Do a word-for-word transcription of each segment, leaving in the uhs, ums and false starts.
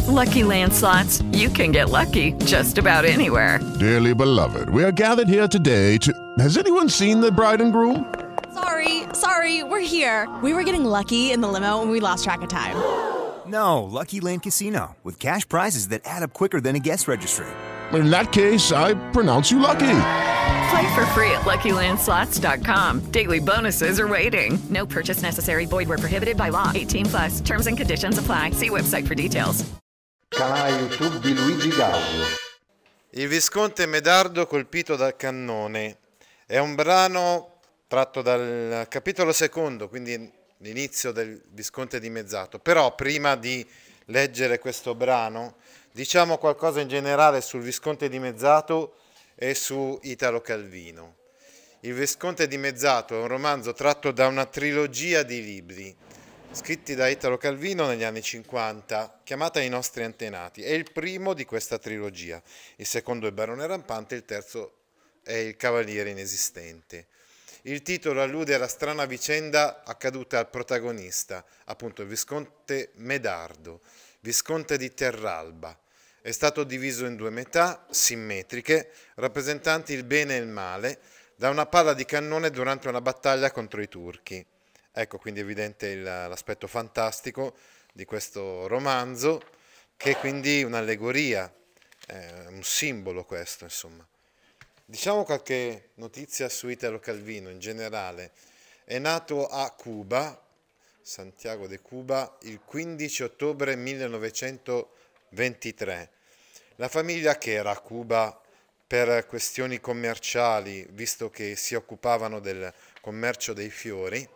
Lucky Land Slots, you can get lucky just about anywhere. Dearly beloved, we are gathered here today to... Has anyone seen the bride and groom? Sorry, sorry, we're here. We were getting lucky in the limo and we lost track of time. No, Lucky Land Casino, with cash prizes that add up quicker than a guest registry. In that case, I pronounce you lucky. Play for free at Lucky Land Slots dot com. Daily bonuses are waiting. No purchase necessary. Void where prohibited by law. eighteen plus. Terms and conditions apply. See website for details. Canale YouTube di Luigi Gaudio. Il Visconte Medardo colpito dal cannone è un brano tratto dal capitolo secondo, quindi l'inizio del Visconte dimezzato. Però prima di leggere questo brano diciamo qualcosa in generale sul Visconte dimezzato e su Italo Calvino. Il Visconte dimezzato è un romanzo tratto da una trilogia di libri scritti da Italo Calvino negli anni cinquanta, chiamata I nostri antenati. È il primo di questa trilogia. Il secondo è Barone rampante, il terzo è Il cavaliere inesistente. Il titolo allude alla strana vicenda accaduta al protagonista, appunto il Visconte Medardo, Visconte di Terralba. È stato diviso in due metà simmetriche, rappresentanti il bene e il male, da una palla di cannone durante una battaglia contro i turchi. Ecco quindi evidente il, l'aspetto fantastico di questo romanzo, che è quindi un'allegoria, eh, un simbolo questo, insomma. Diciamo qualche notizia su Italo Calvino in generale. È nato a Cuba, Santiago de Cuba, il quindici ottobre millenovecentoventitré. La famiglia, che era a Cuba per questioni commerciali, visto che si occupavano del commercio dei fiori,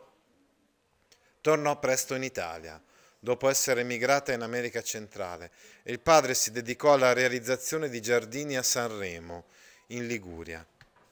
tornò presto in Italia, dopo essere emigrata in America centrale, e il padre si dedicò alla realizzazione di giardini a Sanremo, in Liguria.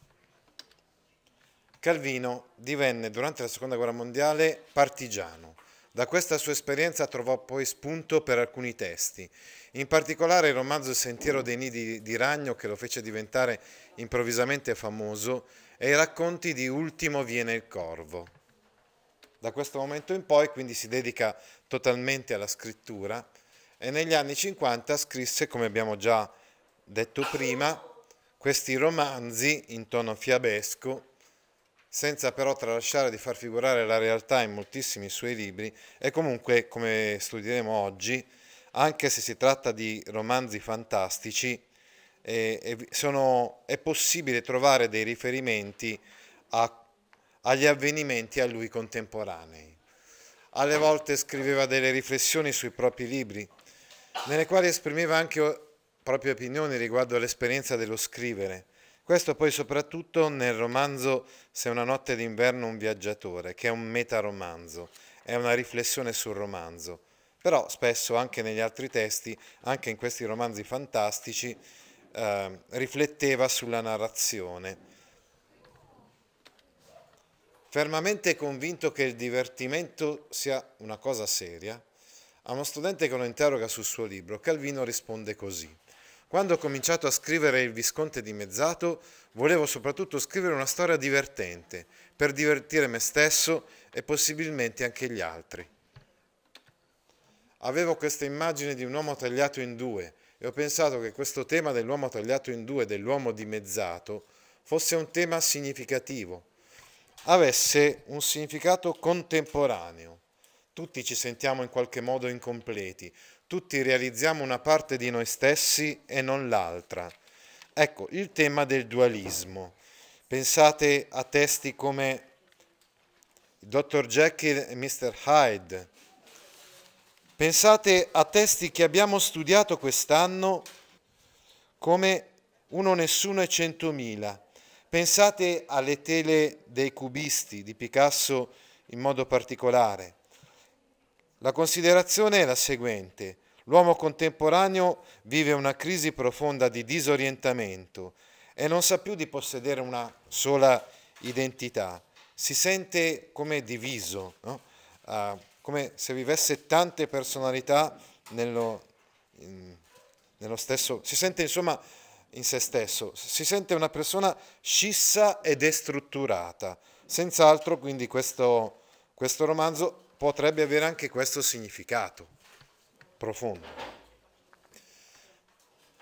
Calvino divenne durante la Seconda Guerra Mondiale partigiano. Da questa sua esperienza trovò poi spunto per alcuni testi, in particolare il romanzo Il sentiero dei nidi di ragno, che lo fece diventare improvvisamente famoso, e i racconti di Ultimo viene il corvo. Da questo momento in poi quindi si dedica totalmente alla scrittura e negli anni cinquanta scrisse, come abbiamo già detto prima, questi romanzi in tono fiabesco, senza però tralasciare di far figurare la realtà in moltissimi suoi libri, e comunque, come studieremo oggi, anche se si tratta di romanzi fantastici, eh, sono, è possibile trovare dei riferimenti a agli avvenimenti a lui contemporanei. Alle volte scriveva delle riflessioni sui propri libri, nelle quali esprimeva anche proprie opinioni riguardo all'esperienza dello scrivere. Questo poi soprattutto nel romanzo Se una notte d'inverno un viaggiatore, che è un metaromanzo, è una riflessione sul romanzo. Però spesso anche negli altri testi, anche in questi romanzi fantastici, eh, rifletteva sulla narrazione. Fermamente convinto che il divertimento sia una cosa seria, a uno studente che lo interroga sul suo libro, Calvino risponde così: quando ho cominciato a scrivere Il Visconte dimezzato, volevo soprattutto scrivere una storia divertente, per divertire me stesso e possibilmente anche gli altri. Avevo questa immagine di un uomo tagliato in due e ho pensato che questo tema dell'uomo tagliato in due, dell'uomo dimezzato, fosse un tema significativo, avesse un significato contemporaneo. Tutti ci sentiamo in qualche modo incompleti, tutti realizziamo una parte di noi stessi e non l'altra. Ecco, il tema del dualismo. Pensate a testi come dottor Jekyll e mister Hyde. Pensate a testi che abbiamo studiato quest'anno come Uno, Nessuno e Centomila. Pensate alle tele dei cubisti di Picasso in modo particolare. La considerazione è la seguente: l'uomo contemporaneo vive una crisi profonda di disorientamento e non sa più di possedere una sola identità, si sente come diviso, no? uh, come se vivesse tante personalità nello, in, nello stesso, si sente insomma in se stesso, si sente una persona scissa e destrutturata. Senz'altro quindi questo, questo romanzo potrebbe avere anche questo significato profondo.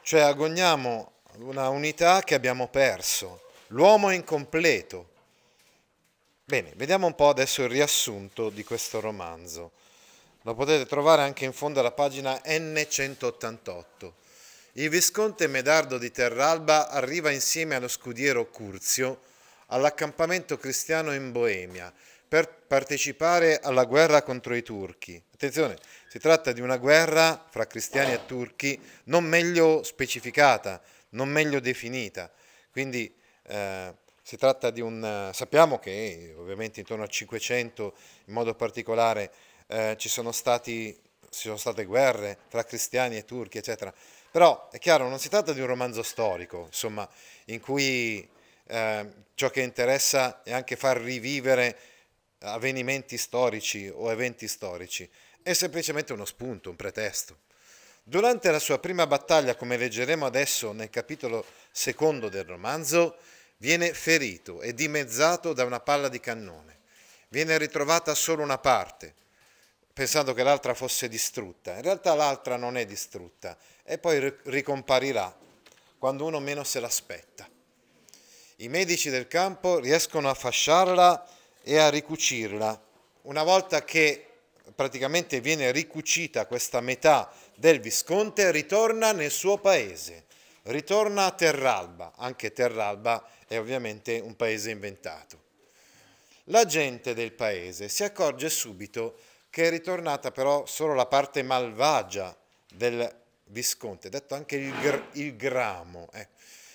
cioè agogniamo una unità che abbiamo perso, l'uomo incompleto. Bene, vediamo un po' adesso il riassunto di questo romanzo. Lo potete trovare anche in fondo alla pagina N centottantotto. Il visconte Medardo di Terralba arriva insieme allo scudiero Curzio all'accampamento cristiano in Boemia per partecipare alla guerra contro i turchi. Attenzione, si tratta di una guerra fra cristiani e turchi non meglio specificata, non meglio definita. Quindi eh, si tratta di un... sappiamo che ovviamente intorno al cinquecento in modo particolare eh, ci sono stati, ci sono state guerre fra cristiani e turchi, eccetera. Però è chiaro, non si tratta di un romanzo storico, insomma, in cui eh, ciò che interessa è anche far rivivere avvenimenti storici o eventi storici. È semplicemente uno spunto, un pretesto. Durante la sua prima battaglia, come leggeremo adesso nel capitolo secondo del romanzo, viene ferito e dimezzato da una palla di cannone. Viene ritrovata solo una parte, pensando che l'altra fosse distrutta. In realtà l'altra non è distrutta e poi ricomparirà quando uno meno se l'aspetta. I medici del campo riescono a fasciarla e a ricucirla. Una volta che praticamente viene ricucita questa metà del visconte, ritorna nel suo paese, ritorna a Terralba. Anche Terralba è ovviamente un paese inventato. La gente del paese si accorge subito che è ritornata però solo la parte malvagia del visconte, detto anche il, gr- il gramo. Eh.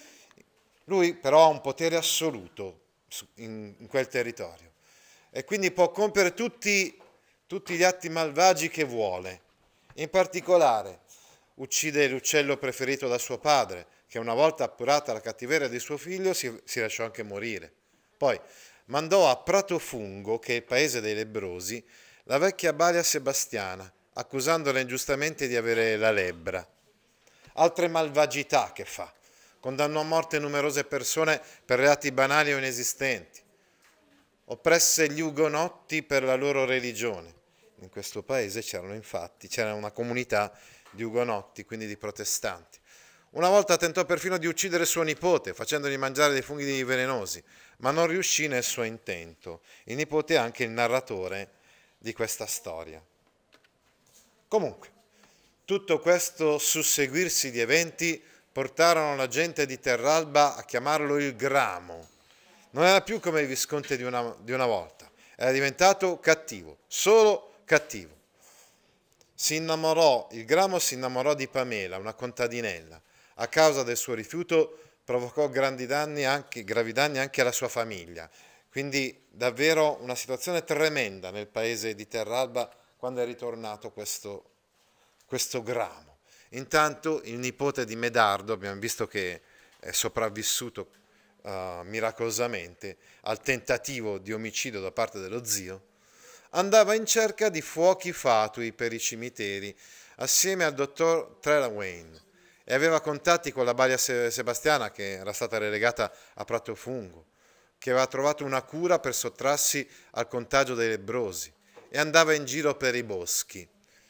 Lui però ha un potere assoluto in, in quel territorio e quindi può compiere tutti, tutti gli atti malvagi che vuole. In particolare uccide l'uccello preferito da suo padre, che una volta appurata la cattiveria di suo figlio si, si lasciò anche morire. Poi mandò a Pratofungo, che è il paese dei lebbrosi, la vecchia Balia Sebastiana, accusandola ingiustamente di avere la lebbra. Altre malvagità che fa. Condannò a morte numerose persone per reati banali o inesistenti. Oppresse gli ugonotti per la loro religione. In questo paese c'erano infatti, c'era una comunità di ugonotti, quindi di protestanti. Una volta tentò perfino di uccidere suo nipote, facendogli mangiare dei funghi velenosi, ma non riuscì nel suo intento. Il nipote è anche il narratore di questa storia. Comunque, tutto questo susseguirsi di eventi portarono la gente di Terralba a chiamarlo il Gramo. Non era più come il visconte di una, di una volta, era diventato cattivo, solo cattivo. Si innamorò, il Gramo si innamorò di Pamela, una contadinella. A causa del suo rifiuto provocò grandi danni anche, gravi danni anche alla sua famiglia. Quindi davvero una situazione tremenda nel paese di Terralba quando è ritornato questo, questo Gramo. Intanto il nipote di Medardo, abbiamo visto che è sopravvissuto uh, miracolosamente al tentativo di omicidio da parte dello zio, andava in cerca di fuochi fatui per i cimiteri assieme al dottor Trelawney e aveva contatti con la Balia Sebastiana, che era stata relegata a Pratofungo, che aveva trovato una cura per sottrarsi al contagio dei lebbrosi e andava in giro per i boschi.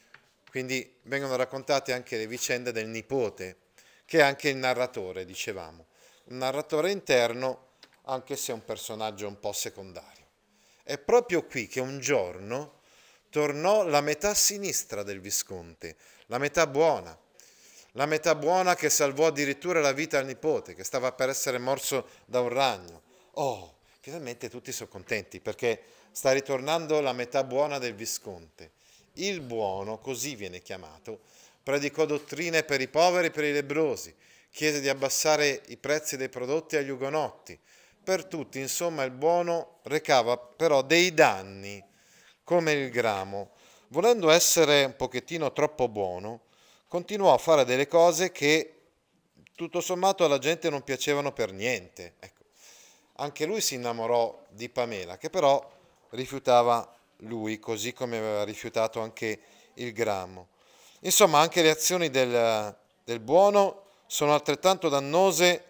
Quindi vengono raccontate anche le vicende del nipote, che è anche il narratore, dicevamo. Un narratore interno, anche se è un personaggio un po' secondario. È proprio qui che un giorno tornò la metà sinistra del visconte, la metà buona, la metà buona che salvò addirittura la vita al nipote, che stava per essere morso da un ragno. Oh, finalmente tutti sono contenti, perché sta ritornando la metà buona del visconte. Il buono, così viene chiamato, predicò dottrine per i poveri e per i lebbrosi, chiese di abbassare i prezzi dei prodotti agli ugonotti. Per tutti, insomma, il buono recava però dei danni, come il Gramo. Volendo essere un pochettino troppo buono, continuò a fare delle cose che tutto sommato alla gente non piacevano per niente. Ecco. Anche lui si innamorò di Pamela, che però rifiutava lui, così come aveva rifiutato anche il Gramo. Insomma, anche le azioni del, del buono sono altrettanto dannose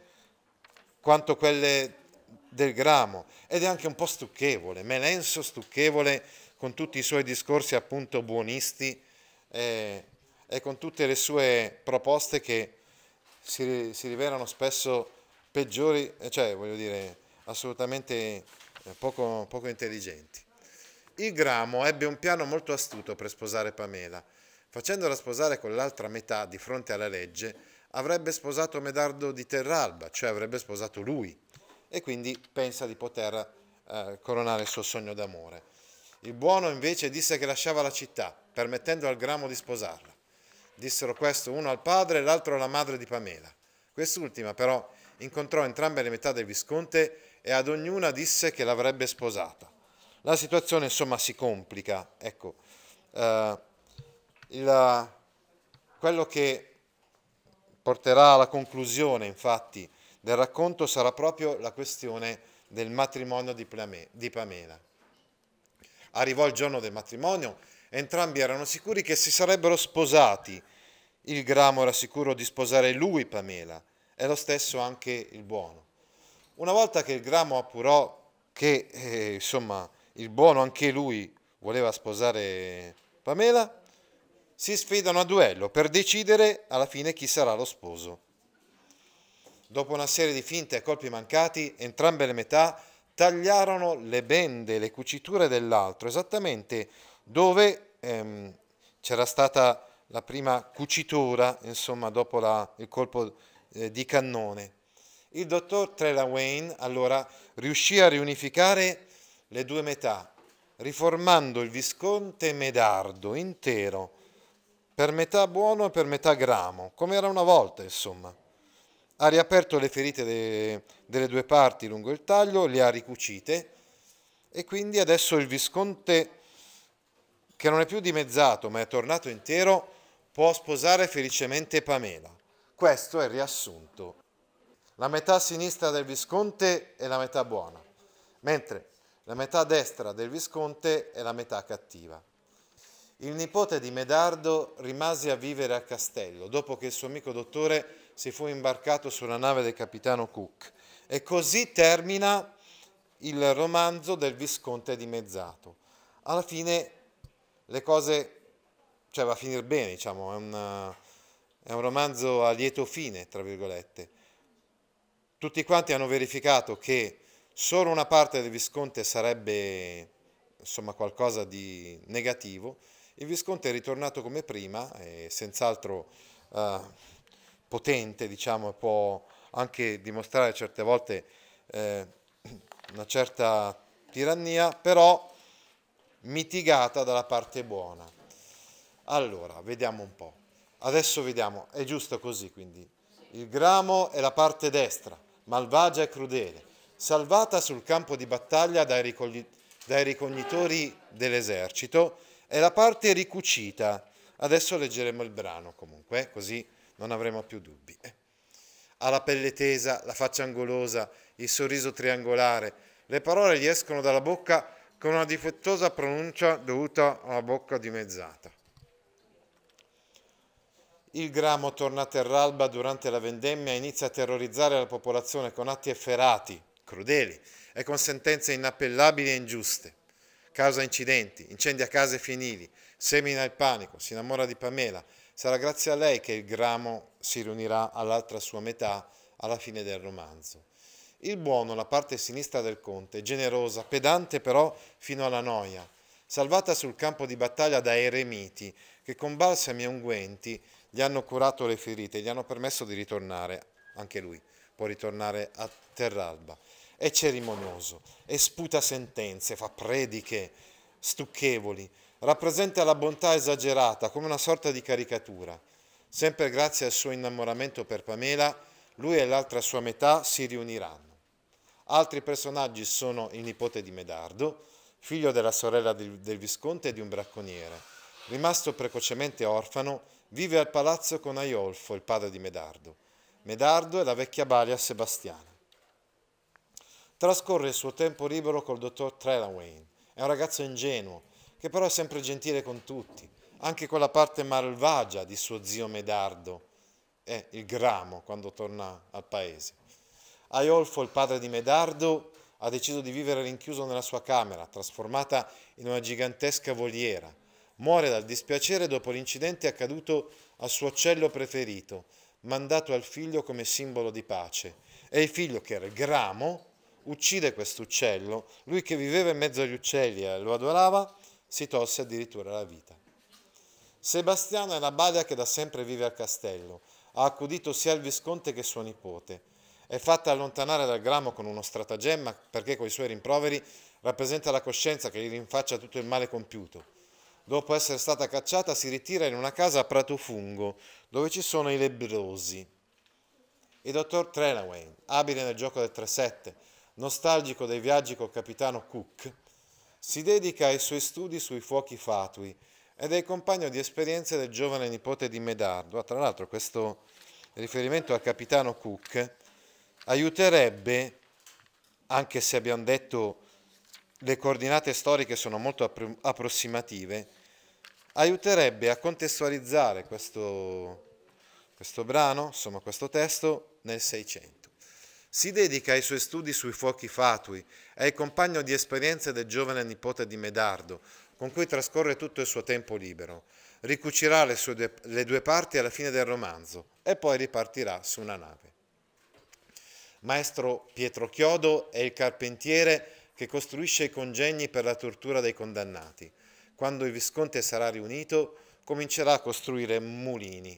quanto quelle del Gramo, ed è anche un po' stucchevole, Melenso stucchevole, con tutti i suoi discorsi appunto buonisti eh, e con tutte le sue proposte che si, si rivelano spesso peggiori, cioè voglio dire assolutamente poco, poco intelligenti. Il Gramo ebbe un piano molto astuto per sposare Pamela. Facendola sposare con l'altra metà di fronte alla legge, avrebbe sposato Medardo di Terralba, cioè avrebbe sposato lui, e quindi pensa di poter eh, coronare il suo sogno d'amore. Il buono invece disse che lasciava la città, permettendo al Gramo di sposarla. Dissero questo uno al padre e l'altro alla madre di Pamela. Quest'ultima però incontrò entrambe le metà del Visconte e ad ognuna disse che l'avrebbe sposata. La situazione insomma si complica, ecco, eh, il, quello che porterà alla conclusione infatti del racconto sarà proprio la questione del matrimonio di, Plame, di Pamela. Arrivò il giorno del matrimonio, entrambi erano sicuri che si sarebbero sposati. Il Gramo era sicuro di sposare lui Pamela, e lo stesso anche il buono. Una volta che il Gramo appurò che eh, insomma il buono anche lui voleva sposare Pamela, si sfidano a duello per decidere alla fine chi sarà lo sposo. Dopo una serie di finte e colpi mancati, entrambe le metà tagliarono le bende, le cuciture dell'altro, esattamente dove ehm, c'era stata la prima cucitura, insomma, dopo la, il colpo eh, di cannone. Il dottor Trelawny allora riuscì a riunificare le due metà, riformando il Visconte Medardo intero, per metà buono e per metà Gramo, come era una volta, insomma. Ha riaperto le ferite de, delle due parti lungo il taglio, le ha ricucite, e quindi adesso il Visconte, che non è più dimezzato ma è tornato intero, può sposare felicemente Pamela. Questo è il riassunto. La metà sinistra del Visconte è la metà buona, mentre la metà destra del Visconte è la metà cattiva. Il nipote di Medardo rimase a vivere al castello dopo che il suo amico dottore si fu imbarcato sulla nave del capitano Cook, e così termina il romanzo del Visconte dimezzato. Alla fine le cose, cioè va a finire bene, diciamo, è, una, è un romanzo a lieto fine, tra virgolette. Tutti quanti hanno verificato che solo una parte del Visconte sarebbe, insomma, qualcosa di negativo. Il Visconte è ritornato come prima, è senz'altro eh, potente, diciamo, e può anche dimostrare certe volte eh, una certa tirannia, però mitigata dalla parte buona. Allora, vediamo un po'. Adesso vediamo, è giusto così, quindi. Il Gramo è la parte destra, malvagia e crudele, salvata sul campo di battaglia dai, ricogli- dai ricognitori dell'esercito, è la parte ricucita. Adesso leggeremo il brano comunque, eh, così non avremo più dubbi. Ha la pelle tesa, la faccia angolosa, il sorriso triangolare. Le parole gli escono dalla bocca con una difettosa pronuncia dovuta alla bocca dimezzata. Il Gramo torna a Terralba durante la vendemmia e inizia a terrorizzare la popolazione con atti efferati, crudeli e con sentenze inappellabili e ingiuste. Causa incidenti, incendia case e fienili, semina il panico, si innamora di Pamela. Sarà grazie a lei che il Gramo si riunirà all'altra sua metà alla fine del romanzo. Il buono, la parte sinistra del conte, generosa, pedante però fino alla noia, salvata sul campo di battaglia da eremiti che con balsami e unguenti gli hanno curato le ferite, gli hanno permesso di ritornare, anche lui può ritornare a Terralba. È cerimonioso, e sputa sentenze, fa prediche stucchevoli, rappresenta la bontà esagerata come una sorta di caricatura. Sempre grazie al suo innamoramento per Pamela, lui e l'altra sua metà si riuniranno. Altri personaggi sono il nipote di Medardo, figlio della sorella del, del Visconte e di un bracconiere. Rimasto precocemente orfano, vive al palazzo con Aiolfo, il padre di Medardo. Medardo è la vecchia balia Sebastiana. Trascorre il suo tempo libero col dottor Trelawny. È un ragazzo ingenuo, che però è sempre gentile con tutti, anche con la parte malvagia di suo zio Medardo, è il Gramo, quando torna al paese. Aiolfo, il padre di Medardo, ha deciso di vivere rinchiuso nella sua camera, trasformata in una gigantesca voliera. Muore dal dispiacere dopo l'incidente accaduto al suo uccello preferito, mandato al figlio come simbolo di pace. E il figlio, che era il Gramo, uccide quest'uccello. Lui che viveva in mezzo agli uccelli e lo adorava, si tolse addirittura la vita. Sebastiano è la balia che da sempre vive al castello. Ha accudito sia il visconte che suo nipote. È fatta allontanare dal Gramo con uno stratagemma perché coi suoi rimproveri rappresenta la coscienza che gli rinfaccia tutto il male compiuto. Dopo essere stata cacciata si ritira in una casa a Pratofungo dove ci sono i lebbrosi. Il dottor Trelawney, abile nel gioco del tre sette, nostalgico dei viaggi col capitano Cook, si dedica ai suoi studi sui fuochi fatui ed è il compagno di esperienze del giovane nipote di Medardo. Tra l'altro questo riferimento al capitano Cook aiuterebbe, anche se abbiamo detto le coordinate storiche sono molto appro- approssimative, aiuterebbe a contestualizzare questo, questo brano, insomma questo testo, nel Seicento. Si dedica ai suoi studi sui fuochi fatui, è il compagno di esperienze del giovane nipote di Medardo, con cui trascorre tutto il suo tempo libero. Ricucirà le, sue due, le due parti alla fine del romanzo e poi ripartirà su una nave. Maestro Pietro Chiodo è il carpentiere che costruisce i congegni per la tortura dei condannati. Quando il Visconte sarà riunito, comincerà a costruire mulini.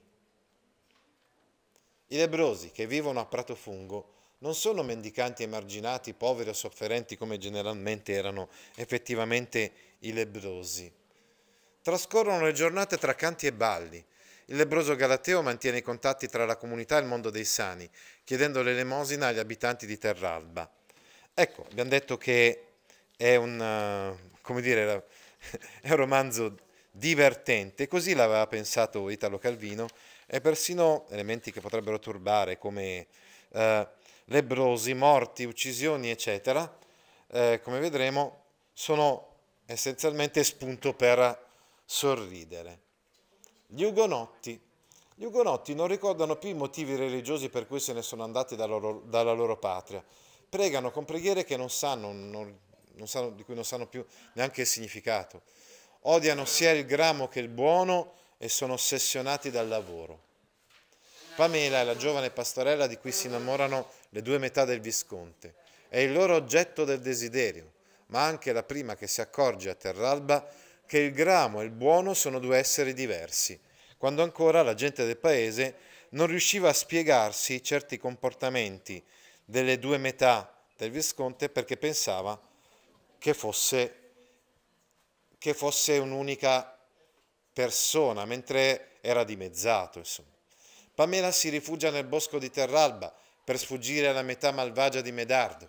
I lebbrosi che vivono a Pratofungo non sono mendicanti emarginati, poveri o sofferenti come generalmente erano effettivamente i lebbrosi. Trascorrono le giornate tra canti e balli. Il lebbroso galateo mantiene i contatti tra la comunità e il mondo dei sani, chiedendo l'elemosina agli abitanti di Terralba. Ecco, abbiamo detto che è un, come dire, è un romanzo divertente, così l'aveva pensato Italo Calvino, e persino elementi che potrebbero turbare come eh, lebbrosi, morti, uccisioni, eccetera, eh, come vedremo, sono essenzialmente spunto per sorridere. Gli ugonotti. Gli ugonotti non ricordano più i motivi religiosi per cui se ne sono andati dalla loro, dalla loro patria. Pregano con preghiere che non sanno, non, non sanno, di cui non sanno più neanche il significato. Odiano sia il gramo che il buono e sono ossessionati dal lavoro. Pamela è la giovane pastorella di cui si innamorano le due metà del Visconte. È il loro oggetto del desiderio, ma anche la prima che si accorge a Terralba che il gramo e il buono sono due esseri diversi, quando ancora la gente del paese non riusciva a spiegarsi certi comportamenti delle due metà del Visconte perché pensava che fosse, che fosse un'unica persona, mentre era dimezzato, insomma. Pamela si rifugia nel bosco di Terralba per sfuggire alla metà malvagia di Medardo.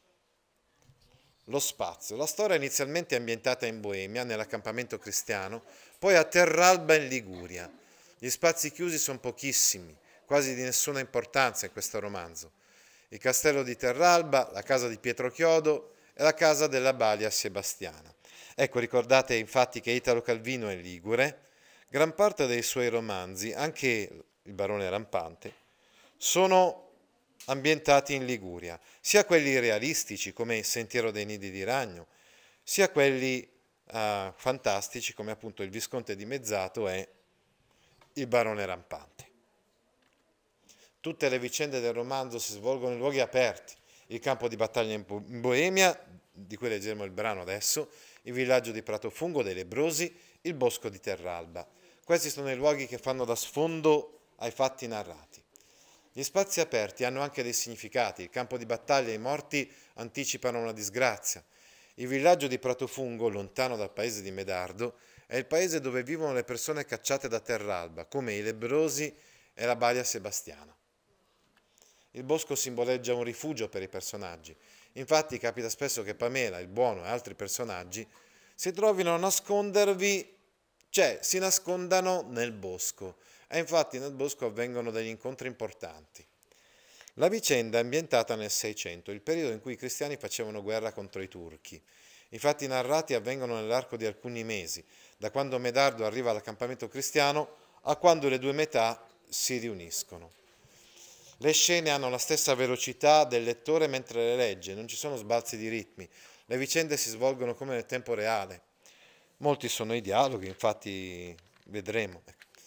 Lo spazio. La storia è inizialmente ambientata in Boemia, nell'accampamento cristiano, poi a Terralba in Liguria. Gli spazi chiusi sono pochissimi, quasi di nessuna importanza in questo romanzo. Il castello di Terralba, la casa di Pietro Chiodo e la casa della balia sebastiana. Ecco, ricordate infatti che Italo Calvino è ligure, gran parte dei suoi romanzi, anche Il barone rampante, sono ambientati in Liguria, sia quelli realistici come Il sentiero dei nidi di ragno, sia quelli uh, fantastici come appunto Il visconte dimezzato e Il barone rampante. Tutte le vicende del romanzo si svolgono in luoghi aperti, il campo di battaglia in, Bo- in Boemia, di cui leggeremo il brano adesso, il villaggio di Pratofungo dei lebbrosi, il bosco di Terralba. Questi sono i luoghi che fanno da sfondo ai fatti narrati. Gli spazi aperti hanno anche dei significati. Il campo di battaglia e i morti anticipano una disgrazia. Il villaggio di Pratofungo, lontano dal paese di Medardo, è il paese dove vivono le persone cacciate da Terralba, come i lebbrosi e la balia sebastiana. Il bosco simboleggia un rifugio per i personaggi. Infatti capita spesso che Pamela, il buono e altri personaggi si trovino a nascondervi, cioè si nascondano nel bosco. E infatti nel bosco avvengono degli incontri importanti. La vicenda è ambientata nel Seicento, il periodo in cui i cristiani facevano guerra contro i turchi. I fatti narrati avvengono nell'arco di alcuni mesi, da quando Medardo arriva all'accampamento cristiano a quando le due metà si riuniscono. Le scene hanno la stessa velocità del lettore mentre le legge, non ci sono sbalzi di ritmi, le vicende si svolgono come nel tempo reale. Molti sono i dialoghi, infatti vedremo.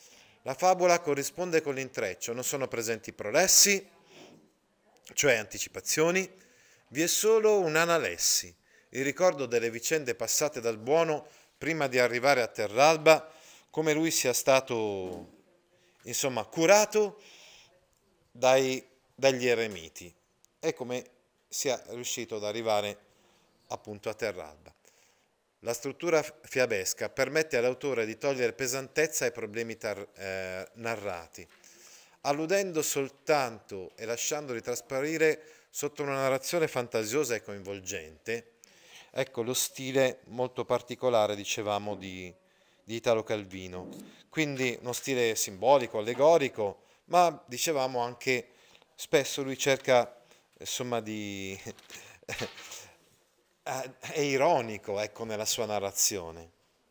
La fabula corrisponde con l'intreccio, non sono presenti prolessi, cioè anticipazioni, vi è solo un'analessi, il ricordo delle vicende passate dal buono prima di arrivare a Terralba, come lui sia stato, insomma, curato dai, dagli eremiti e come sia riuscito ad arrivare appunto a Terralba. La struttura fiabesca permette all'autore di togliere pesantezza ai problemi tar- eh, narrati, alludendo soltanto e lasciandoli trasparire sotto una narrazione fantasiosa e coinvolgente. Ecco lo stile molto particolare, dicevamo, di, di Italo Calvino. Quindi uno stile simbolico, allegorico, ma dicevamo anche spesso lui cerca, insomma, di... è ironico, ecco, nella sua narrazione.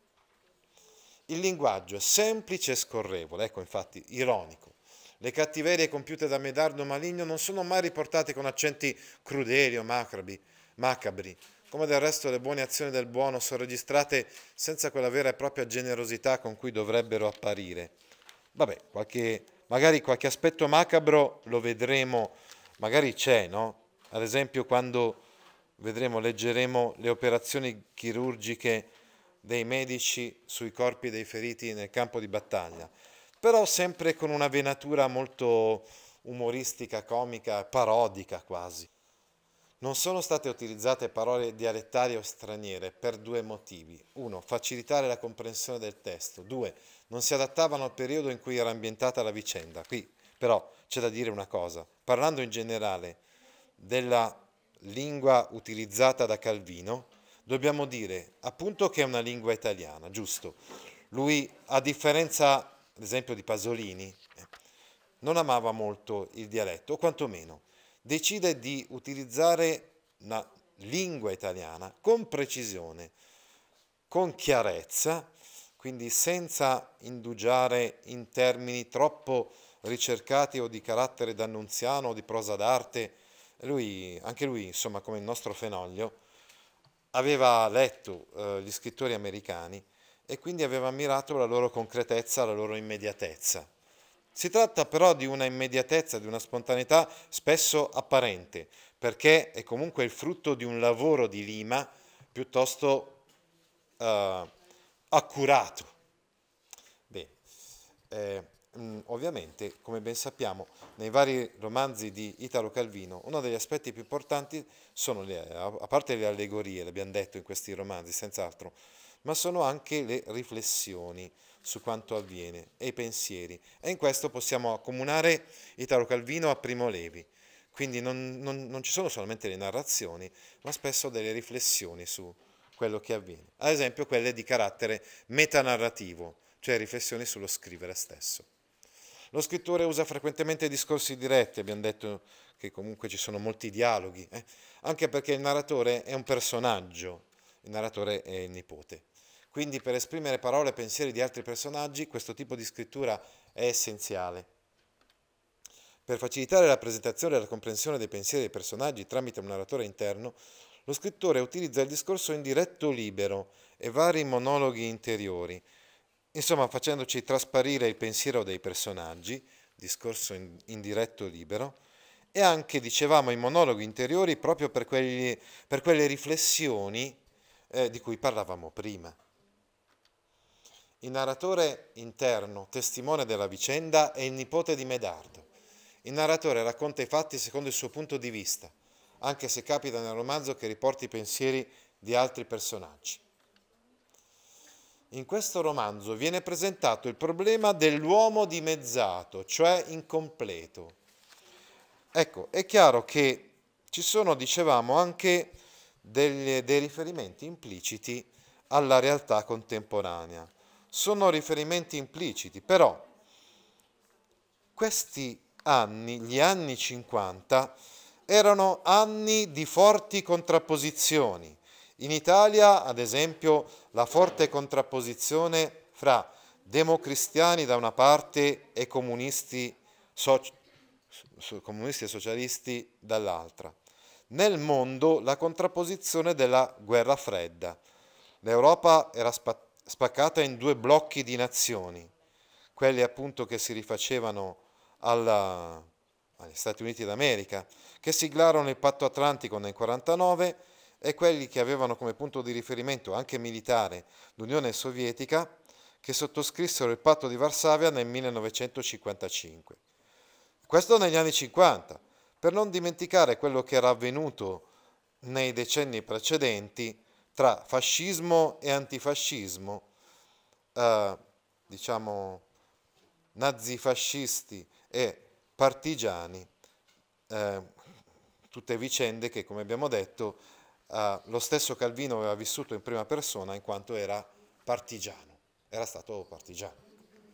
Il linguaggio è semplice e scorrevole, ecco, infatti, ironico. Le cattiverie compiute da Medardo Maligno non sono mai riportate con accenti crudeli o macabri, macabri, come del resto le buone azioni del buono sono registrate senza quella vera e propria generosità con cui dovrebbero apparire. Vabbè, qualche, magari qualche aspetto macabro lo vedremo, magari c'è, no? Ad esempio quando vedremo, leggeremo le operazioni chirurgiche dei medici sui corpi dei feriti nel campo di battaglia, però sempre con una venatura molto umoristica, comica, parodica quasi. Non sono state utilizzate parole dialettali o straniere per due motivi. Uno, facilitare la comprensione del testo. Due, non si adattavano al periodo in cui era ambientata la vicenda. Qui però c'è da dire una cosa. Parlando in generale della lingua utilizzata da Calvino, dobbiamo dire appunto che è una lingua italiana, giusto? Lui, a differenza ad esempio di Pasolini, non amava molto il dialetto, o quantomeno decide di utilizzare una lingua italiana con precisione, con chiarezza, quindi senza indugiare in termini troppo ricercati o di carattere d'annunziano o di prosa d'arte. Lui, anche lui, insomma, come il nostro Fenoglio, aveva letto eh, gli scrittori americani e quindi aveva ammirato la loro concretezza, la loro immediatezza. Si tratta però di una immediatezza, di una spontaneità spesso apparente, perché è comunque il frutto di un lavoro di lima piuttosto eh, accurato. Bene, eh, mh, ovviamente, come ben sappiamo, nei vari romanzi di Italo Calvino, uno degli aspetti più importanti sono, le, a parte le allegorie, l'abbiamo detto in questi romanzi, senz'altro, ma sono anche le riflessioni su quanto avviene e i pensieri. E in questo possiamo accomunare Italo Calvino a Primo Levi. Quindi non, non, non ci sono solamente le narrazioni, ma spesso delle riflessioni su quello che avviene. Ad esempio quelle di carattere metanarrativo, cioè riflessioni sullo scrivere stesso. Lo scrittore usa frequentemente discorsi diretti, abbiamo detto che comunque ci sono molti dialoghi, eh? anche perché il narratore è un personaggio, il narratore è il nipote. Quindi per esprimere parole e pensieri di altri personaggi questo tipo di scrittura è essenziale. Per facilitare la presentazione e la comprensione dei pensieri dei personaggi tramite un narratore interno, lo scrittore utilizza il discorso in diretto libero e vari monologhi interiori, insomma facendoci trasparire il pensiero dei personaggi, discorso in, in diretto libero, e anche, dicevamo, i monologhi interiori proprio per, quelli, per quelle riflessioni eh, di cui parlavamo prima. Il narratore interno, testimone della vicenda, è il nipote di Medardo. Il narratore racconta i fatti secondo il suo punto di vista, anche se capita nel romanzo che riporti i pensieri di altri personaggi. In questo romanzo viene presentato il problema dell'uomo dimezzato, cioè incompleto. Ecco, è chiaro che ci sono, dicevamo, anche degli, dei riferimenti impliciti alla realtà contemporanea. Sono riferimenti impliciti, però questi anni, gli anni cinquanta, erano anni di forti contrapposizioni. In Italia, ad esempio, la forte contrapposizione fra democristiani da una parte e comunisti, so- comunisti e socialisti dall'altra. Nel mondo la contrapposizione della guerra fredda. L'Europa era spaccata spaccata in due blocchi di nazioni, quelli appunto che si rifacevano alla, agli Stati Uniti d'America, che siglarono il patto atlantico nel quarantanove, e quelli che avevano come punto di riferimento anche militare l'Unione Sovietica, che sottoscrissero il patto di Varsavia nel millenovecentocinquantacinque. Questo negli anni cinquanta, per non dimenticare quello che era avvenuto nei decenni precedenti tra fascismo e antifascismo, eh, diciamo nazifascisti e partigiani, eh, tutte vicende che, come abbiamo detto, eh, lo stesso Calvino aveva vissuto in prima persona in quanto era partigiano, era stato partigiano.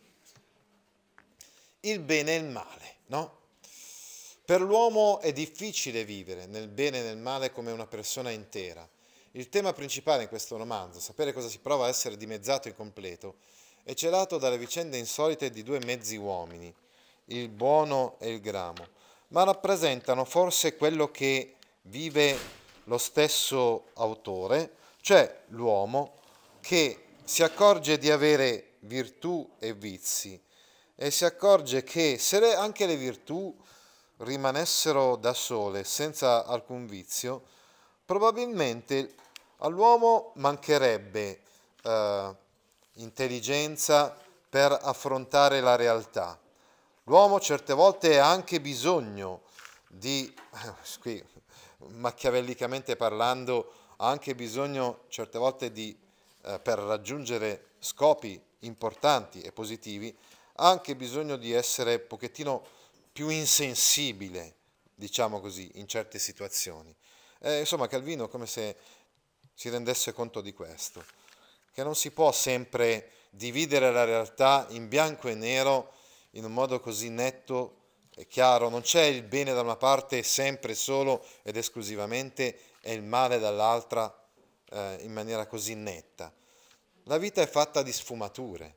Il bene e il male, no? Per l'uomo è difficile vivere nel bene e nel male come una persona intera. Il tema principale in questo romanzo, sapere cosa si prova a essere dimezzato e incompleto, è celato dalle vicende insolite di due mezzi uomini, il buono e il gramo, ma rappresentano forse quello che vive lo stesso autore, cioè l'uomo che si accorge di avere virtù e vizi e si accorge che se le, anche le virtù rimanessero da sole senza alcun vizio, probabilmente all'uomo mancherebbe eh, intelligenza per affrontare la realtà. L'uomo certe volte ha anche bisogno di, eh, qui machiavellicamente parlando, ha anche bisogno certe volte di, eh, per raggiungere scopi importanti e positivi, ha anche bisogno di essere un pochettino più insensibile, diciamo così, in certe situazioni. Eh, insomma, Calvino come se si rendesse conto di questo, che non si può sempre dividere la realtà in bianco e nero in un modo così netto e chiaro, non c'è il bene da una parte sempre, solo ed esclusivamente e il male dall'altra eh, in maniera così netta. La vita è fatta di sfumature.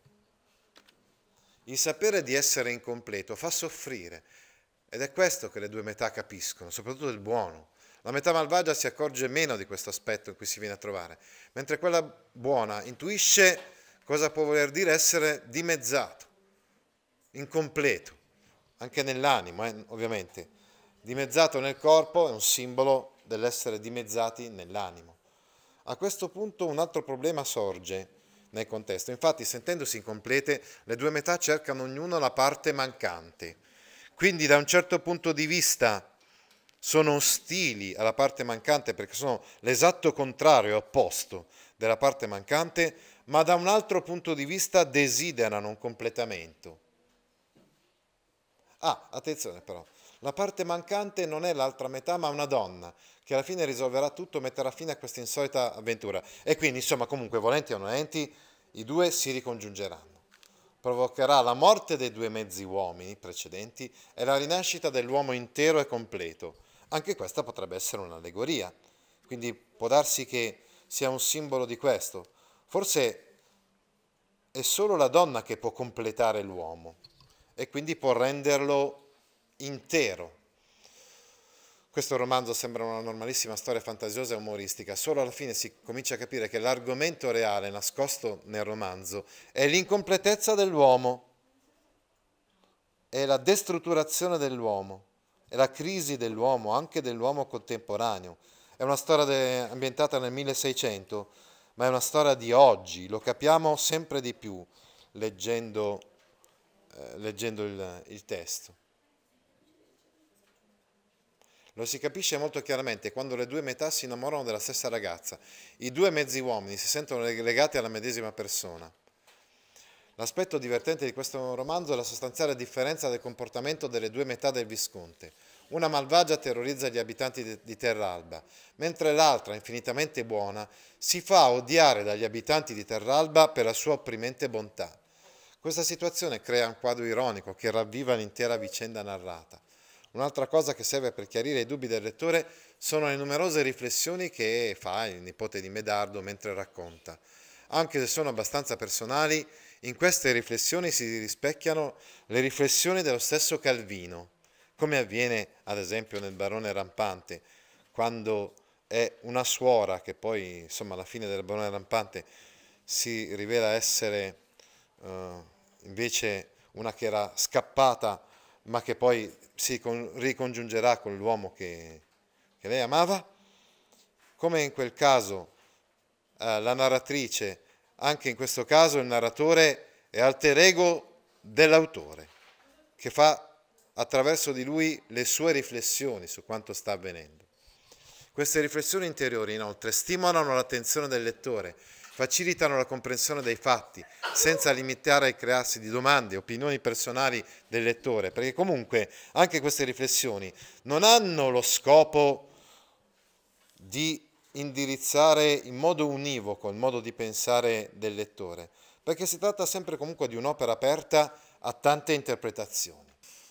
Il sapere di essere incompleto fa soffrire ed è questo che le due metà capiscono, soprattutto il buono. La metà malvagia si accorge meno di questo aspetto in cui si viene a trovare, mentre quella buona intuisce cosa può voler dire essere dimezzato, incompleto, anche nell'animo, eh, ovviamente. Dimezzato nel corpo è un simbolo dell'essere dimezzati nell'animo. A questo punto un altro problema sorge nel contesto. Infatti, sentendosi incomplete, le due metà cercano ognuno la parte mancante. Quindi, da un certo punto di vista, sono ostili alla parte mancante perché sono l'esatto contrario, opposto della parte mancante, ma da un altro punto di vista desiderano un completamento. Ah, attenzione però, la parte mancante non è l'altra metà, ma una donna, che alla fine risolverà tutto, metterà fine a questa insolita avventura. E quindi, insomma, comunque, volenti o nolenti, i due si ricongiungeranno. Provocherà la morte dei due mezzi uomini precedenti e la rinascita dell'uomo intero e completo. Anche questa potrebbe essere un'allegoria, quindi può darsi che sia un simbolo di questo. Forse è solo la donna che può completare l'uomo e quindi può renderlo intero. Questo romanzo sembra una normalissima storia fantasiosa e umoristica, solo alla fine si comincia a capire che l'argomento reale nascosto nel romanzo è l'incompletezza dell'uomo, è la destrutturazione dell'uomo, è la crisi dell'uomo, anche dell'uomo contemporaneo. È una storia de- ambientata nel milleseicento, ma è una storia di oggi, lo capiamo sempre di più leggendo, eh, leggendo il, il testo. Lo si capisce molto chiaramente quando le due metà si innamorano della stessa ragazza. I due mezzi uomini si sentono legati alla medesima persona. L'aspetto divertente di questo romanzo è la sostanziale differenza del comportamento delle due metà del Visconte. Una malvagia terrorizza gli abitanti di Terralba, mentre l'altra, infinitamente buona, si fa odiare dagli abitanti di Terralba per la sua opprimente bontà. Questa situazione crea un quadro ironico che ravviva l'intera vicenda narrata. Un'altra cosa che serve per chiarire i dubbi del lettore sono le numerose riflessioni che fa il nipote di Medardo mentre racconta. Anche se sono abbastanza personali, in queste riflessioni si rispecchiano le riflessioni dello stesso Calvino, come avviene ad esempio nel Barone Rampante, quando è una suora che poi, insomma, alla fine del Barone Rampante si rivela essere uh, invece una che era scappata ma che poi si con- ricongiungerà con l'uomo che, che lei amava. Come in quel caso eh, la narratrice, anche in questo caso il narratore è alter ego dell'autore, che fa attraverso di lui le sue riflessioni su quanto sta avvenendo. Queste riflessioni interiori, inoltre, stimolano l'attenzione del lettore, facilitano la comprensione dei fatti, senza limitare il crearsi di domande e opinioni personali del lettore, perché comunque anche queste riflessioni non hanno lo scopo di indirizzare in modo univoco il modo di pensare del lettore, perché si tratta sempre comunque di un'opera aperta a tante interpretazioni.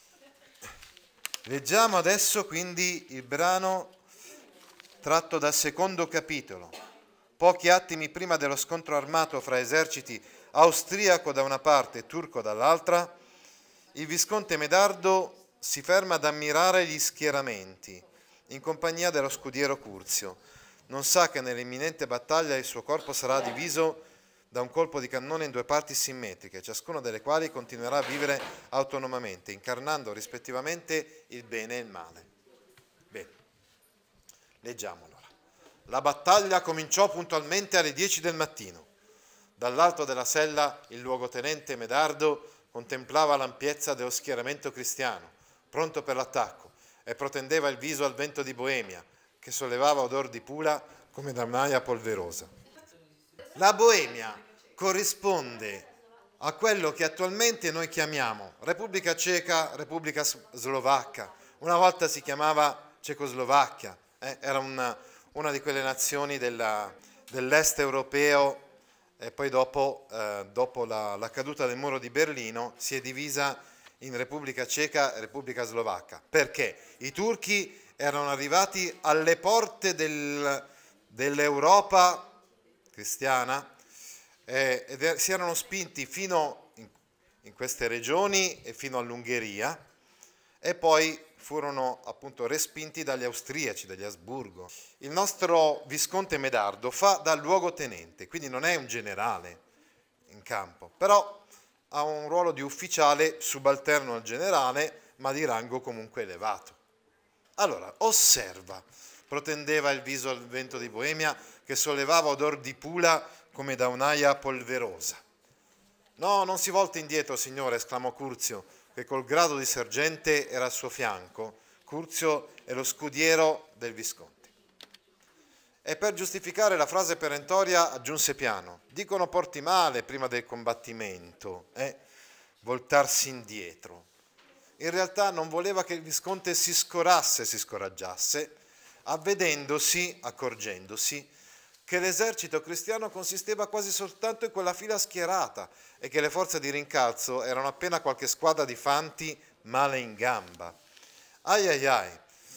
Leggiamo adesso quindi il brano tratto dal secondo capitolo. Pochi attimi prima dello scontro armato fra eserciti austriaco da una parte e turco dall'altra, il visconte Medardo si ferma ad ammirare gli schieramenti in compagnia dello scudiero Curzio. Non sa che nell'imminente battaglia il suo corpo sarà diviso da un colpo di cannone in due parti simmetriche, ciascuna delle quali continuerà a vivere autonomamente, incarnando rispettivamente il bene e il male. Bene, leggiamo allora. La battaglia cominciò puntualmente alle dieci del mattino. Dall'alto della sella il luogotenente Medardo contemplava l'ampiezza dello schieramento cristiano, pronto per l'attacco, e protendeva il viso al vento di Boemia, che sollevava odor di pula come da un'aia polverosa. La Boemia corrisponde a quello che attualmente noi chiamiamo Repubblica Ceca, Repubblica Slovacca. Una volta si chiamava Cecoslovacchia, eh? Era una, una di quelle nazioni della, dell'est europeo, e poi dopo, eh, dopo la, la caduta del muro di Berlino si è divisa in Repubblica Ceca e Repubblica Slovacca. Perché? I turchi erano arrivati alle porte del, dell'Europa cristiana eh, ed er- si erano spinti fino in, in queste regioni e fino all'Ungheria, e poi furono appunto respinti dagli austriaci, dagli Asburgo. Il nostro visconte Medardo fa da luogotenente, quindi non è un generale in campo, però ha un ruolo di ufficiale subalterno al generale, ma di rango comunque elevato. Allora, osserva, protendeva il viso al vento di Boemia, che sollevava odor di pula come da un'aia polverosa. No, non si volta indietro, signore, esclamò Curzio, che col grado di sergente era al suo fianco. Curzio è lo scudiero del visconte. E per giustificare la frase perentoria aggiunse piano: dicono porti male prima del combattimento, eh? Voltarsi indietro. In realtà non voleva che il visconte si scorasse, si scoraggiasse, avvedendosi, accorgendosi, che l'esercito cristiano consisteva quasi soltanto in quella fila schierata e che le forze di rincalzo erano appena qualche squadra di fanti male in gamba. Ai ai ai.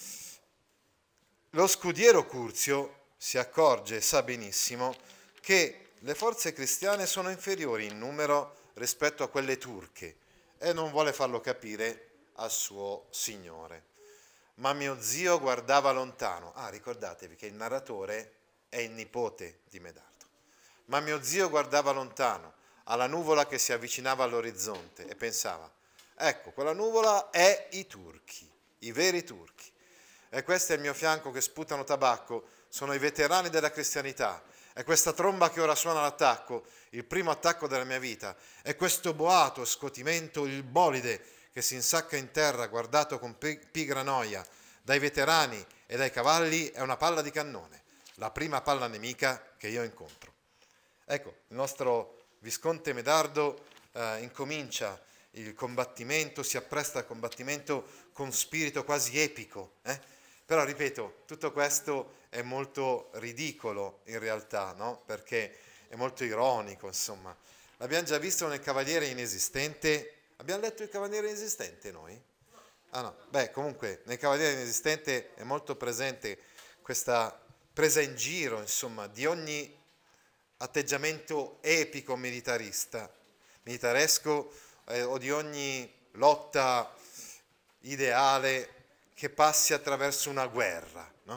Lo scudiero Curzio si accorge e sa benissimo che le forze cristiane sono inferiori in numero rispetto a quelle turche e non vuole farlo capire al suo signore. Ma mio zio guardava lontano. Ah, ricordatevi che il narratore è il nipote di Medardo. Ma mio zio guardava lontano, alla nuvola che si avvicinava all'orizzonte, e pensava: ecco, quella nuvola è i turchi, i veri turchi. E questi al mio fianco che sputano tabacco sono i veterani della cristianità. E questa tromba che ora suona l'attacco, il primo attacco della mia vita. E questo boato, scotimento, il bolide che si insacca in terra, guardato con pigra noia dai veterani e dai cavalli, è una palla di cannone, la prima palla nemica che io incontro. Ecco, il nostro visconte Medardo eh, incomincia il combattimento, si appresta al combattimento con spirito quasi epico, eh? Però ripeto, tutto questo è molto ridicolo in realtà, no? Perché è molto ironico, insomma. L'abbiamo già visto nel Cavaliere Inesistente. Abbiamo letto il Cavaliere Inesistente noi? Ah no, beh, comunque nel Cavaliere Inesistente è molto presente questa presa in giro, insomma, di ogni atteggiamento epico militarista, militaresco eh, o di ogni lotta ideale che passi attraverso una guerra, no?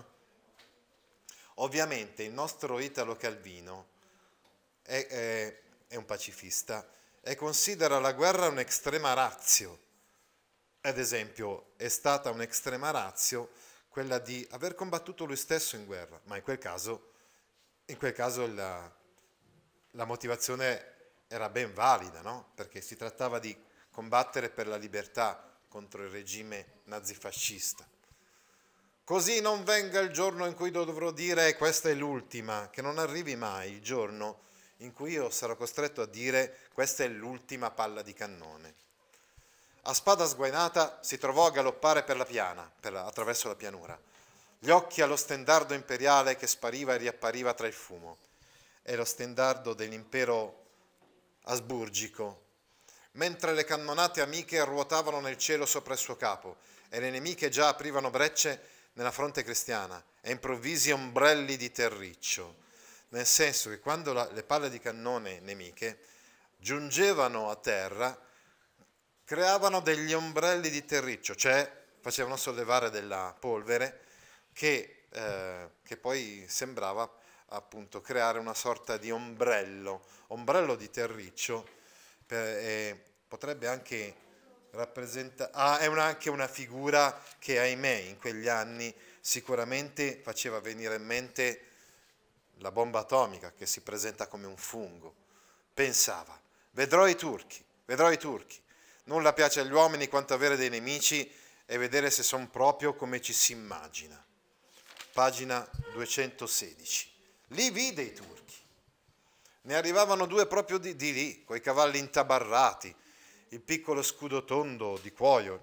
Ovviamente il nostro Italo Calvino è, è, è un pacifista, e considera la guerra un'extrema ratio. Ad esempio, è stata un'extrema ratio quella di aver combattuto lui stesso in guerra, ma in quel caso, in quel caso la, la motivazione era ben valida, no? Perché si trattava di combattere per la libertà contro il regime nazifascista. Così non venga il giorno in cui dovrò dire questa è l'ultima, che non arrivi mai il giorno in cui io sarò costretto a dire questa è l'ultima palla di cannone. A spada sguainata si trovò a galoppare per la piana, per la, attraverso la pianura, gli occhi allo stendardo imperiale che spariva e riappariva tra il fumo. È lo stendardo dell'impero asburgico, mentre le cannonate amiche ruotavano nel cielo sopra il suo capo e le nemiche già aprivano brecce nella fronte cristiana e improvvisi ombrelli di terriccio, nel senso che quando la, le palle di cannone nemiche giungevano a terra creavano degli ombrelli di terriccio, cioè facevano sollevare della polvere che, eh, che poi sembrava appunto creare una sorta di ombrello, ombrello di terriccio, per, eh, potrebbe anche rappresentare, ah, è una, anche una figura che ahimè in quegli anni sicuramente faceva venire in mente la bomba atomica che si presenta come un fungo. Pensava, vedrò i turchi, vedrò i turchi, nulla piace agli uomini quanto avere dei nemici e vedere se sono proprio come ci si immagina. Pagina duecentosedici. Lì vide i turchi. Ne arrivavano due proprio di, di lì, coi cavalli intabarrati, il piccolo scudo tondo di cuoio,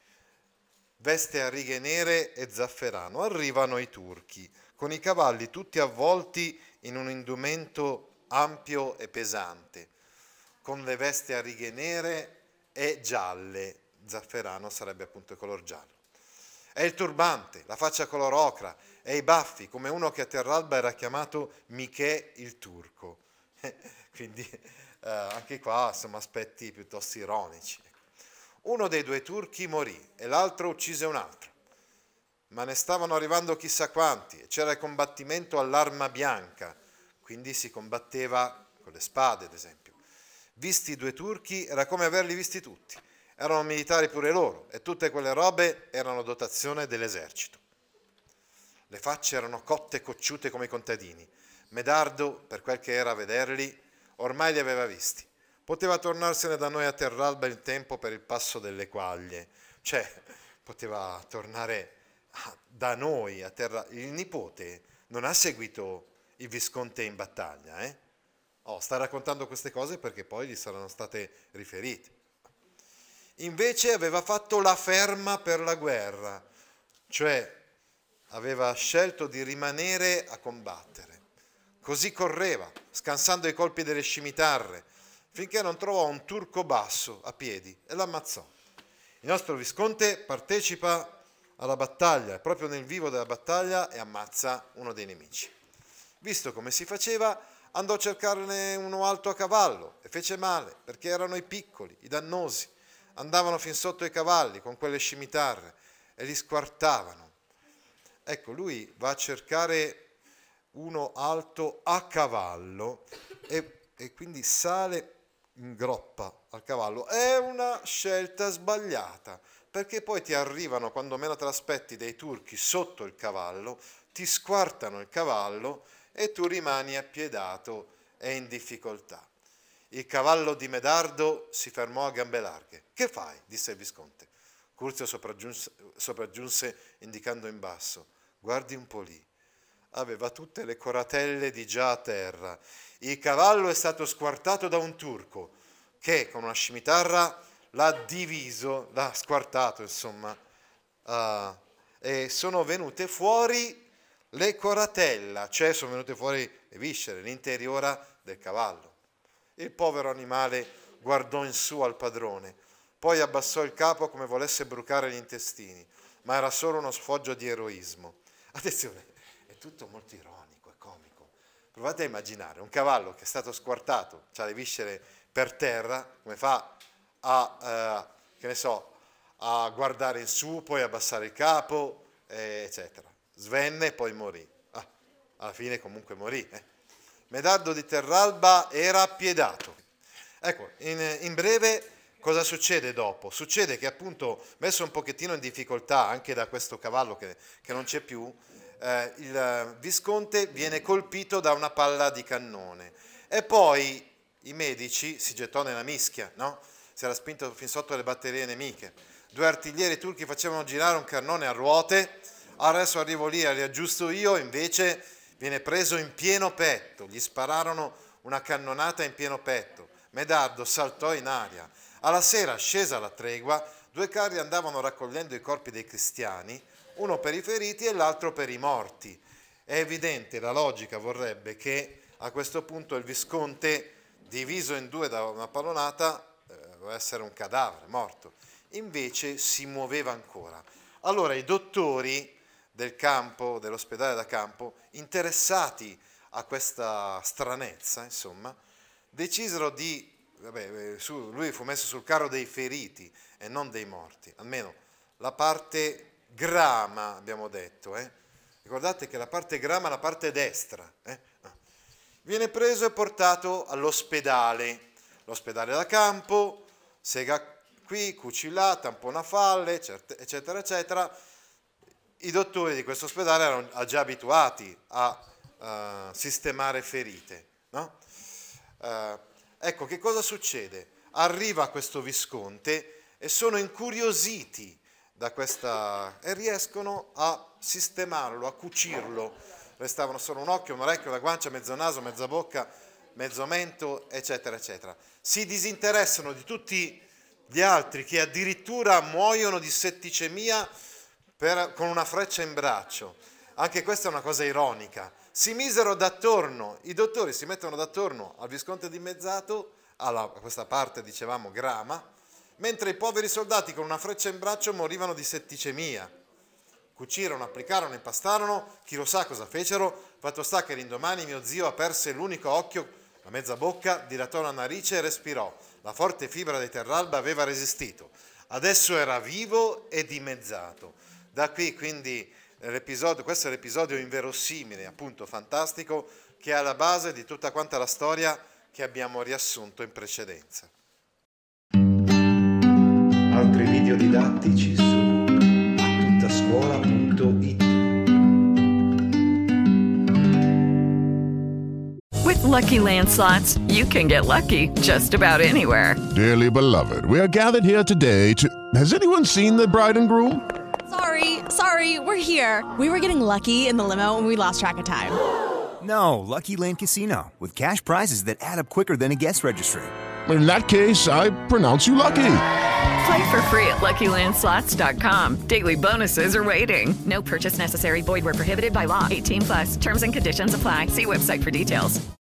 veste a righe nere e zafferano. Arrivano i turchi, con i cavalli tutti avvolti in un indumento ampio e pesante, con le vesti a righe nere e gialle, zafferano sarebbe appunto il color giallo. E il turbante, la faccia color ocra e i baffi, come uno che a Terralba era chiamato Michè il turco. Quindi eh, anche qua insomma aspetti piuttosto ironici. Uno dei due turchi morì e l'altro uccise un altro, ma ne stavano arrivando chissà quanti e c'era il combattimento all'arma bianca, quindi si combatteva con le spade ad esempio. Visti i due turchi era come averli visti tutti, erano militari pure loro e tutte quelle robe erano dotazione dell'esercito. Le facce erano cotte e cocciute come i contadini. Medardo, per quel che era a vederli, ormai li aveva visti. Poteva tornarsene da noi a Terralba in tempo per il passo delle quaglie, cioè poteva tornare da noi a Terralba. Il nipote non ha seguito il Visconte in battaglia, eh? Oh, sta raccontando queste cose perché poi gli saranno state riferite. Invece aveva fatto la ferma per la guerra, cioè aveva scelto di rimanere a combattere. Così correva, scansando i colpi delle scimitarre, finché non trovò un turco basso a piedi e l'ammazzò. Il nostro Visconte partecipa alla battaglia, proprio nel vivo della battaglia, e ammazza uno dei nemici. Visto come si faceva, andò a cercarne uno alto a cavallo e fece male, perché erano i piccoli, i dannosi. Andavano fin sotto i cavalli con quelle scimitarre e li squartavano. Ecco, lui va a cercare uno alto a cavallo e, e quindi sale in groppa al cavallo. È una scelta sbagliata, perché poi ti arrivano, quando meno te l'aspetti, dei turchi sotto il cavallo, ti squartano il cavallo e tu rimani appiedato e in difficoltà. Il cavallo di Medardo si fermò a gambe larghe. «Che fai?» disse il Visconte. Curzio sopraggiunse, sopraggiunse indicando in basso. «Guardi un po' lì». Aveva tutte le coratelle di già a terra. Il cavallo è stato squartato da un turco che con una scimitarra l'ha diviso, l'ha squartato insomma, uh, e sono venute fuori le coratella, cioè sono venute fuori le viscere, l'interiora del cavallo. Il povero animale guardò in su al padrone, poi abbassò il capo come volesse brucare gli intestini, ma era solo uno sfoggio di eroismo. Attenzione, è tutto molto ironico e comico. Provate a immaginare un cavallo che è stato squartato, ha le viscere per terra, come fa a, eh, che ne so, a guardare in su, poi abbassare il capo, eh, eccetera. Svenne e poi morì. Ah, alla fine comunque morì. Eh. Medardo di Terralba era appiedato. Ecco, in, in breve cosa succede dopo? Succede che appunto, messo un pochettino in difficoltà anche da questo cavallo che, che non c'è più, eh, il visconte viene colpito da una palla di cannone e poi i medici si gettò nella mischia, no? Si era spinto fin sotto le batterie nemiche. Due artiglieri turchi facevano girare un cannone a ruote, adesso arrivo lì e li aggiusto io, invece viene preso in pieno petto, gli spararono una cannonata in pieno petto. Medardo saltò in aria. Alla sera, scesa la tregua, due carri andavano raccogliendo i corpi dei cristiani, uno per i feriti e l'altro per i morti. È evidente, la logica vorrebbe che a questo punto il visconte, diviso in due da una pallonata, eh, doveva essere un cadavere, morto. Invece si muoveva ancora. Allora i dottori del campo, dell'ospedale da campo, interessati a questa stranezza, insomma, decisero di, vabbè, su, lui fu messo sul carro dei feriti e non dei morti, almeno la parte grama, abbiamo detto, eh? Ricordate che la parte grama è la parte destra, eh? Viene preso e portato all'ospedale, l'ospedale da campo, sega qui, cuci là, tampona falle, eccetera, eccetera. I dottori di questo ospedale erano già abituati a uh, sistemare ferite, no? Uh, ecco, che cosa succede? Arriva questo visconte e sono incuriositi da questa e riescono a sistemarlo, a cucirlo. Restavano solo un occhio, un orecchio, una guancia, mezzo naso, mezza bocca, mezzo mento, eccetera, eccetera. Si disinteressano di tutti gli altri che addirittura muoiono di setticemia per, con una freccia in braccio. Anche questa è una cosa ironica. Si misero d'attorno, i dottori si mettono d'attorno al visconte dimezzato, alla, a questa parte dicevamo grama, mentre i poveri soldati con una freccia in braccio morivano di setticemia. Cucirono, applicarono, impastarono, chi lo sa cosa fecero, fatto sta che l'indomani mio zio aperse l'unico occhio, la mezza bocca, dilatò la narice e respirò. La forte fibra dei Terralba aveva resistito. Adesso era vivo e dimezzato. Da qui quindi l'episodio, questo è l'episodio inverosimile, appunto fantastico, che è alla base di tutta quanta la storia che abbiamo riassunto in precedenza. Altri video didattici su attuttascuola punto it. With Lucky Land Slots, you can get lucky just about anywhere. Dearly beloved, we are gathered here today to... Has anyone seen the bride and groom? Sorry, sorry, we're here. We were getting lucky in the limo and we lost track of time. No, Lucky Land Casino, with cash prizes that add up quicker than a guest registry. In that case, I pronounce you lucky. Play for free at lucky land slots dot com. Daily bonuses are waiting. No purchase necessary. Void where prohibited by law. eighteen plus. Terms and conditions apply. See website for details.